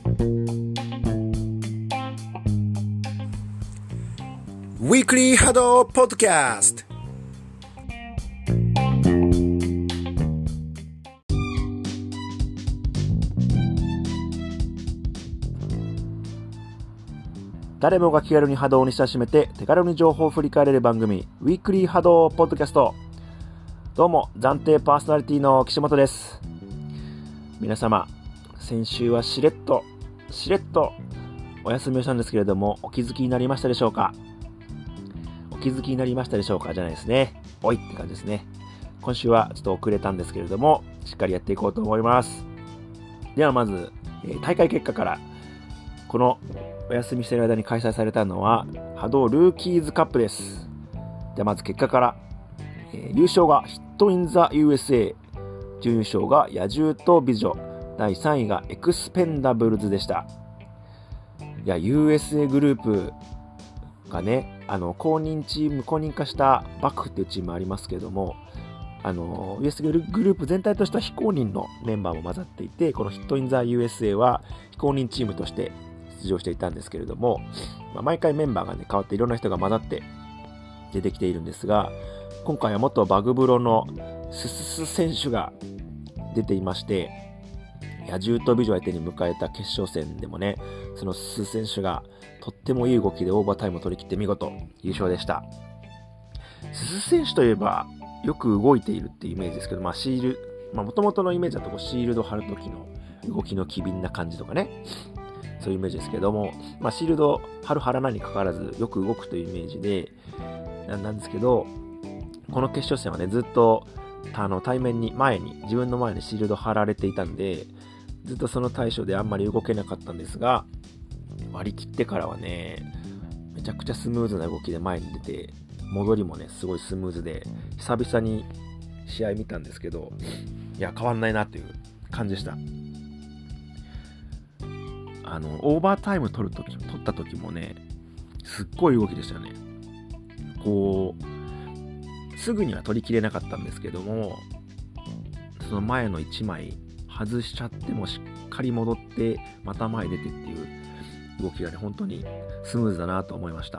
ウィークリーハドポッドキャスト。誰もが気軽に波動に親しめて手軽に情報を振り返れる番組、ウィークリー波動ポッドキャスト。どうも暫定パーソナリティの岸本です。皆様、先週はしれっとお休みをしたんですけれども、お気づきになりましたでしょうか。お気づきになりましたでしょうかじゃないですね。おいって感じですね。今週はちょっと遅れたんですけれども、しっかりやっていこうと思います。ではまず、大会結果から。このお休みしている間に開催されたのは波動ルーキーズカップです。ではまず結果から、優勝がヒットインザ USA、準優勝が野獣と美女、第3位がエクスペンダブルズでした。いや USA グループがね、公認化したバックっていうチームありますけれども、US グループ全体としては非公認のメンバーも混ざっていて、このヒットインザ USA は非公認チームとして出場していたんですけれども、毎回メンバーがね変わっていろんな人が混ざって出てきているんですが、今回は元バグブロのスス選手が出ていまして、野獣と美女相手に迎えた決勝戦でもね、そのスス選手がとってもいい動きでオーバータイムを取り切って見事優勝でした。スス選手といえばよく動いているっていうイメージですけど、元々のイメージだとシールド張る時の動きの機敏な感じとかね、そういうイメージですけども、シールド張らないにかかわらずよく動くというイメージでなんですけど、この決勝戦はねずっと対面に自分の前にシールド張られていたんで、ずっとその対処であんまり動けなかったんですが、割り切ってからはねめちゃくちゃスムーズな動きで前に出て、戻りもねすごいスムーズで、久々に試合見たんですけど、いや変わんないなっていう感じでした。オーバータイム取った時もねすっごい動きでしたよね。すぐには取りきれなかったんですけども、その前の1枚外しちゃってもしっかり戻ってまた前出てっていう動きがね本当にスムーズだなと思いました。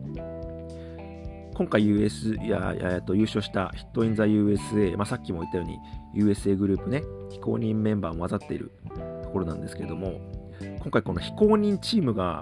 今回優勝したヒットインザ USA、さっきも言ったように USA グループね、非公認メンバーも混ざっているところなんですけども、今回この非公認チームが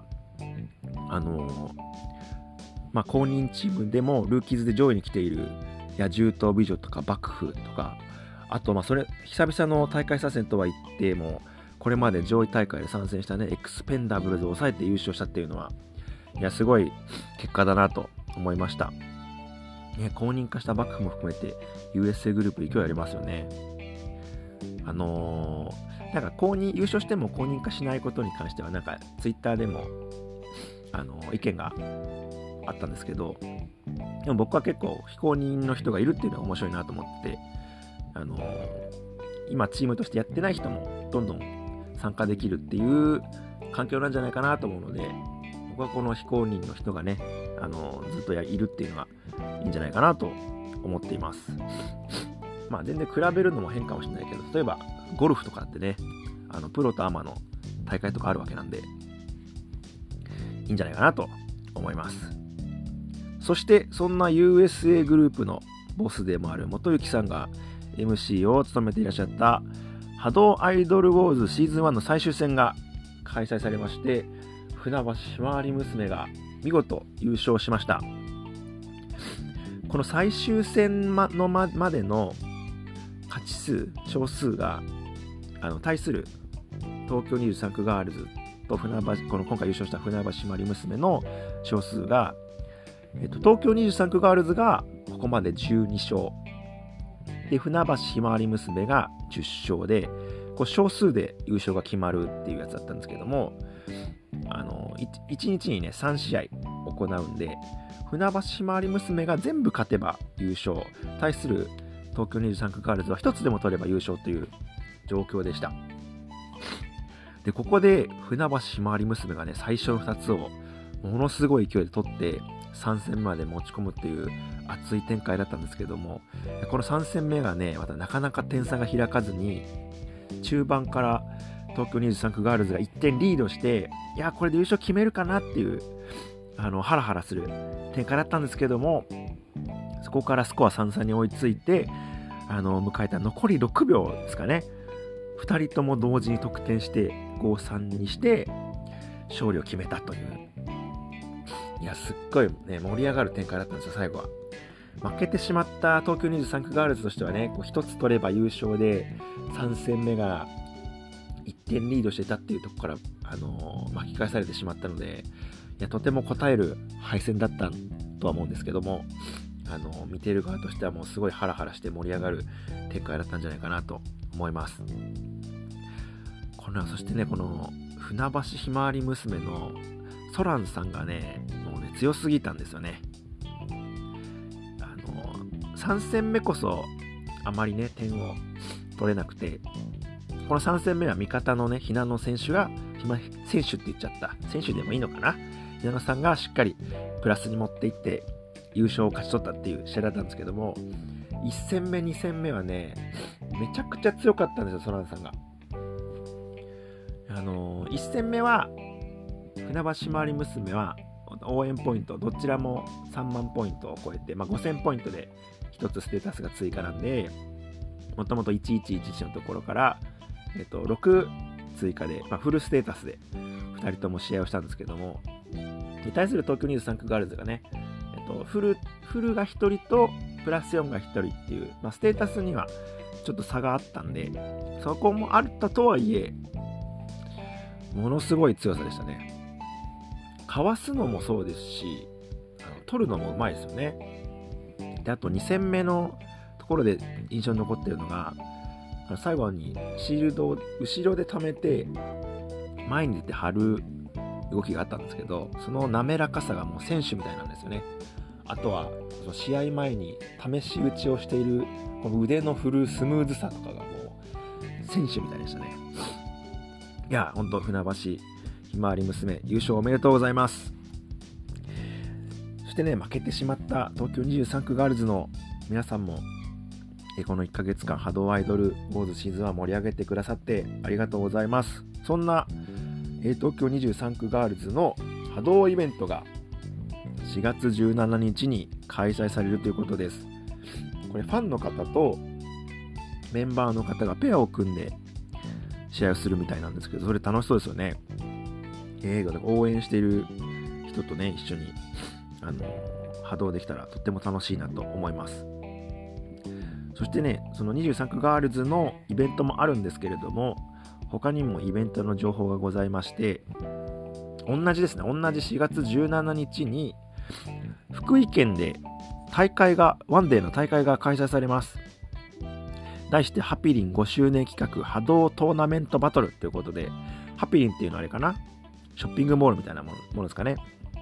公認チームでもルーキーズで上位に来ている野獣と美女とか幕府とか、あと久々の大会参戦とは言っても、これまで上位大会で参戦したねエクスペンダブルズを抑えて優勝したっていうのは、いやすごい結果だなと思いました。公認化した幕府も含めて USA グループ勢いありますよね。優勝しても公認化しないことに関してはツイッターでも意見があったんですけど、でも僕は結構非公認の人がいるっていうのが面白いなと思って、今チームとしてやってない人もどんどん参加できるっていう環境なんじゃないかなと思うので、僕はこの非公認の人がねずっといるっていうのがいいんじゃないかなと思っています。全然比べるのも変かもしれないけど、例えばゴルフとかってねプロとアマの大会とかあるわけなんで、いいんじゃないかなと思います。そしてそんな USA グループのボスでもある元幸さんが MC を務めていらっしゃった波動アイドルウォーズシーズン1の最終戦が開催されまして、船橋ひまわり娘が見事優勝しました。この最終戦までの勝ち数勝数が対する東京23区ガールズと今回優勝した船橋ひまわり娘の勝数が、東京23区ガールズがここまで12勝で、船橋ひまわり娘が10勝で、勝数で優勝が決まるっていうやつだったんですけども、1日にね3試合行うんで、船橋ひまわり娘が全部勝てば優勝、対する東京23区ガールズは1つでも取れば優勝という状況でした。でここで船橋ひまわり娘がね最初の2つをものすごい勢いで取って3戦目まで持ち込むっていう熱い展開だったんですけども、この3戦目がねまたなかなか点差が開かずに、中盤から東京23区ガールズが1点リードして、いやこれで優勝決めるかなっていうハラハラする展開だったんですけども、そこからスコア 3-3 に追いついて迎えた残り6秒ですかね、2人とも同時に得点して 5-3 にして勝利を決めたという、いやすっごいね盛り上がる展開だったんですよ。最後は負けてしまった東京23区ガールズとしてはね、1つ取れば優勝で3戦目が1点リードしてたっていうところから、巻き返されてしまったので、いやとても応える敗戦だったとは思うんですけども、見ている側としてはもうすごいハラハラして盛り上がる展開だったんじゃないかなと思います。そしてね、この船橋ひまわり娘のソランさんがね、もうね強すぎたんですよね。3戦目こそあまりね点を取れなくて、この3戦目は味方のねひなの選手が選手って言っちゃった選手でもいいのかな、ひなのさんがしっかりプラスに持っていって優勝を勝ち取ったっていう試合だったんですけども、1戦目2戦目はねめちゃくちゃ強かったんですよ、ソランさんが。1戦目は船橋ひまわり娘は応援ポイントどちらも3万ポイントを超えて、5000ポイントで1つステータスが追加なんで、もともと1111のところから、6追加で、フルステータスで2人とも試合をしたんですけども、に対する東京23区ガールズがね、フルが1人とプラス4が1人っていう、ステータスにはちょっと差があったんで、そこもあったとはいえものすごい強さでしたね。かわすのもそうですし、取るのもうまいですよね。であと2戦目のところで印象に残ってるのが、最後にシールドを後ろで溜めて前に出て張る動きがあったんですけど、その滑らかさがもう選手みたいなんですよね。あとはその試合前に試し打ちをしているこの腕の振るスムーズさとかがもう選手みたいでしたね。いや本当船橋ひまわり娘優勝おめでとうございます。そしてね、負けてしまった東京23区ガールズの皆さんもこの1ヶ月間波動アイドル坊主シーズンは盛り上げてくださってありがとうございます。そんな東京23区ガールズの波動イベントが4月17日に開催されるということです。これファンの方とメンバーの方がペアを組んで試合をするみたいなんですけど、それ楽しそうですよね。応援している人とね一緒に波動できたらとっても楽しいなと思います。そしてね、その23区ガールズのイベントもあるんですけれども、他にもイベントの情報がございまして、同じ4月17日に福井県でワンデーの大会が開催されます。題してハピリン5周年企画波動トーナメントバトルということで、ハピリンっていうのはあれかな、ショッピングモールみたいなものですかね。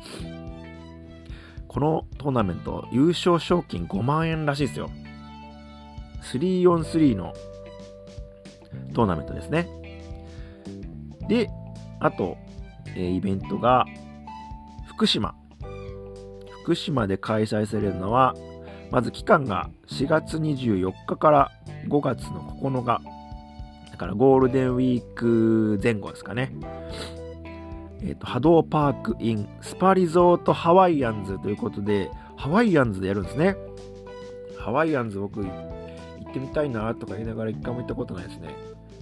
このトーナメント優勝賞金5万円らしいですよ。3on3 のトーナメントですね。で、あと、イベントが福島で開催されるのは、まず期間が4月24日から5月の9日だからゴールデンウィーク前後ですかね。波動パークインスパリゾートハワイアンズということで、ハワイアンズでやるんですね。ハワイアンズ僕行ってみたいなとか言いながら一回も行ったことないですね。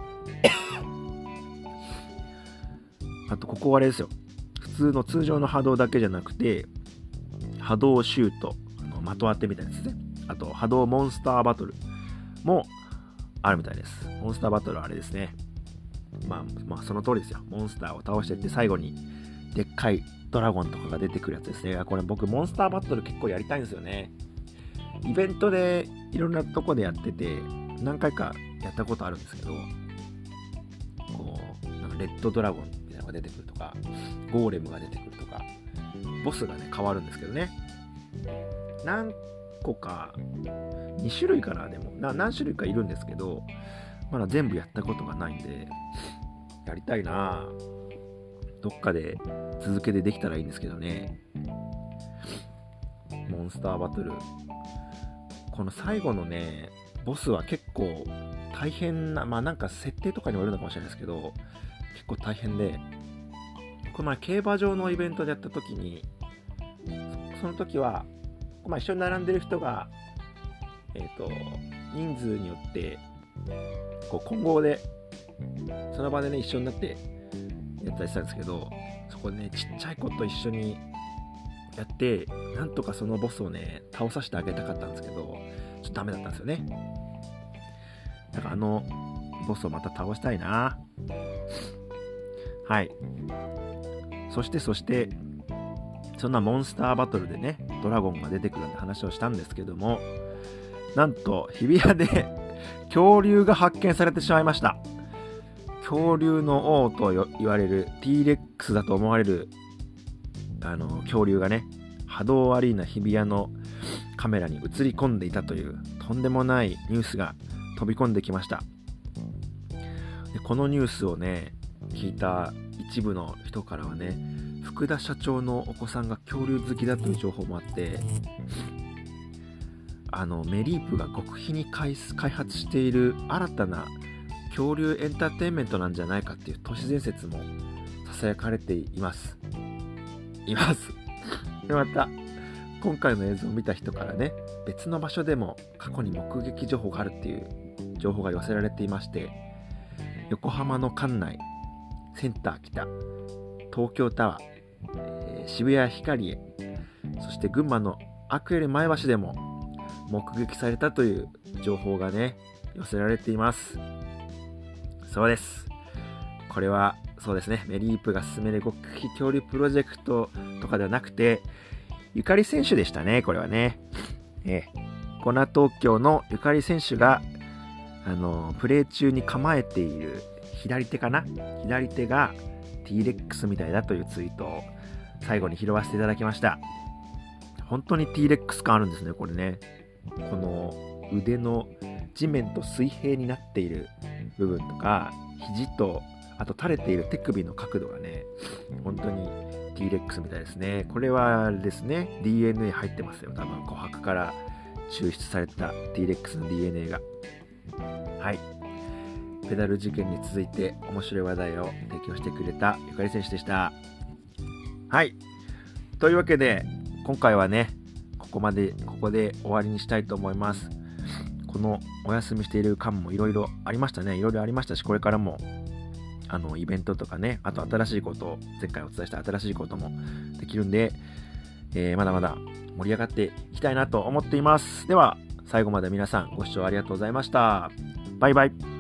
あとここはあれですよ、通常の波動だけじゃなくて波動シュート的当てみたいですね。あと波動モンスターバトルもあるみたいです。モンスターバトルはあれですね、まあその通りですよ。モンスターを倒していって最後にでっかいドラゴンとかが出てくるやつですね。これ僕モンスターバトル結構やりたいんですよね。イベントでいろんなとこでやってて何回かやったことあるんですけど、こうなんかレッドドラゴンみたいなのが出てくるとか、ゴーレムが出てくるとか、ボスがね変わるんですけどね。何個か2種類かな、でも何種類かいるんですけど、まだ全部やったことがないんでやりたいな。どっかで続けてできたらいいんですけどね。モンスターバトル、この最後のねボスは結構大変な、なんか設定とかにもよるのかもしれないですけど、結構大変で、この前競馬場のイベントでやった時に、その時は、一緒に並んでる人が、人数によって混合でその場でね一緒になってやったりしたんですけど、そこでねちっちゃい子と一緒にやってなんとかそのボスをね倒させてあげたかったんですけど、ちょっとダメだったんですよね。だからボスをまた倒したいな。はい。そしてそんなモンスターバトルでねドラゴンが出てくるって話をしたんですけども、なんと日比谷で恐竜が発見されてしまいました。恐竜の王と言われる T-Rex だと思われる恐竜がね波動アリーナ日比谷のカメラに映り込んでいたというとんでもないニュースが飛び込んできました。でこのニュースをね聞いた一部の人からはね、福田社長のお子さんが恐竜好きだという情報もあって、メリープが極秘に開発している新たな恐竜エンターテインメントなんじゃないかっていう都市伝説も囁かれていますでまた今回の映像を見た人からね、別の場所でも過去に目撃情報があるっていう情報が寄せられていまして、横浜の関内、センター北、東京タワー、渋谷ヒカリエ、そして群馬のアクエル前橋でも目撃されたという情報がね寄せられています。そうです。これはそうですね、メリープが進める極秘恐竜プロジェクトとかではなくて、ゆかり選手でしたね。これはね、コナ東京のゆかり選手がプレー中に構えている左手が T-Rex みたいだというツイートを最後に拾わせていただきました。本当に T-Rex 感あるんですね、これね。この腕の地面と水平になっている部分とか、肘とあと垂れている手首の角度がね、本当に T-Rex みたいですね。これはですね、DNA 入ってますよ。多分琥珀から抽出された T-Rex の DNA が。はい。ペダル事件に続いて面白い話題を提供してくれたゆかり選手でした。はい。というわけで、今回はね、ここで終わりにしたいと思います。このお休みしている間もいろいろありましたね。いろいろありましたし、これからもイベントとかね、あと新しいことを、前回お伝えした新しいこともできるんで、まだまだ盛り上がっていきたいなと思っています。では、最後まで皆さんご視聴ありがとうございました。バイバイ。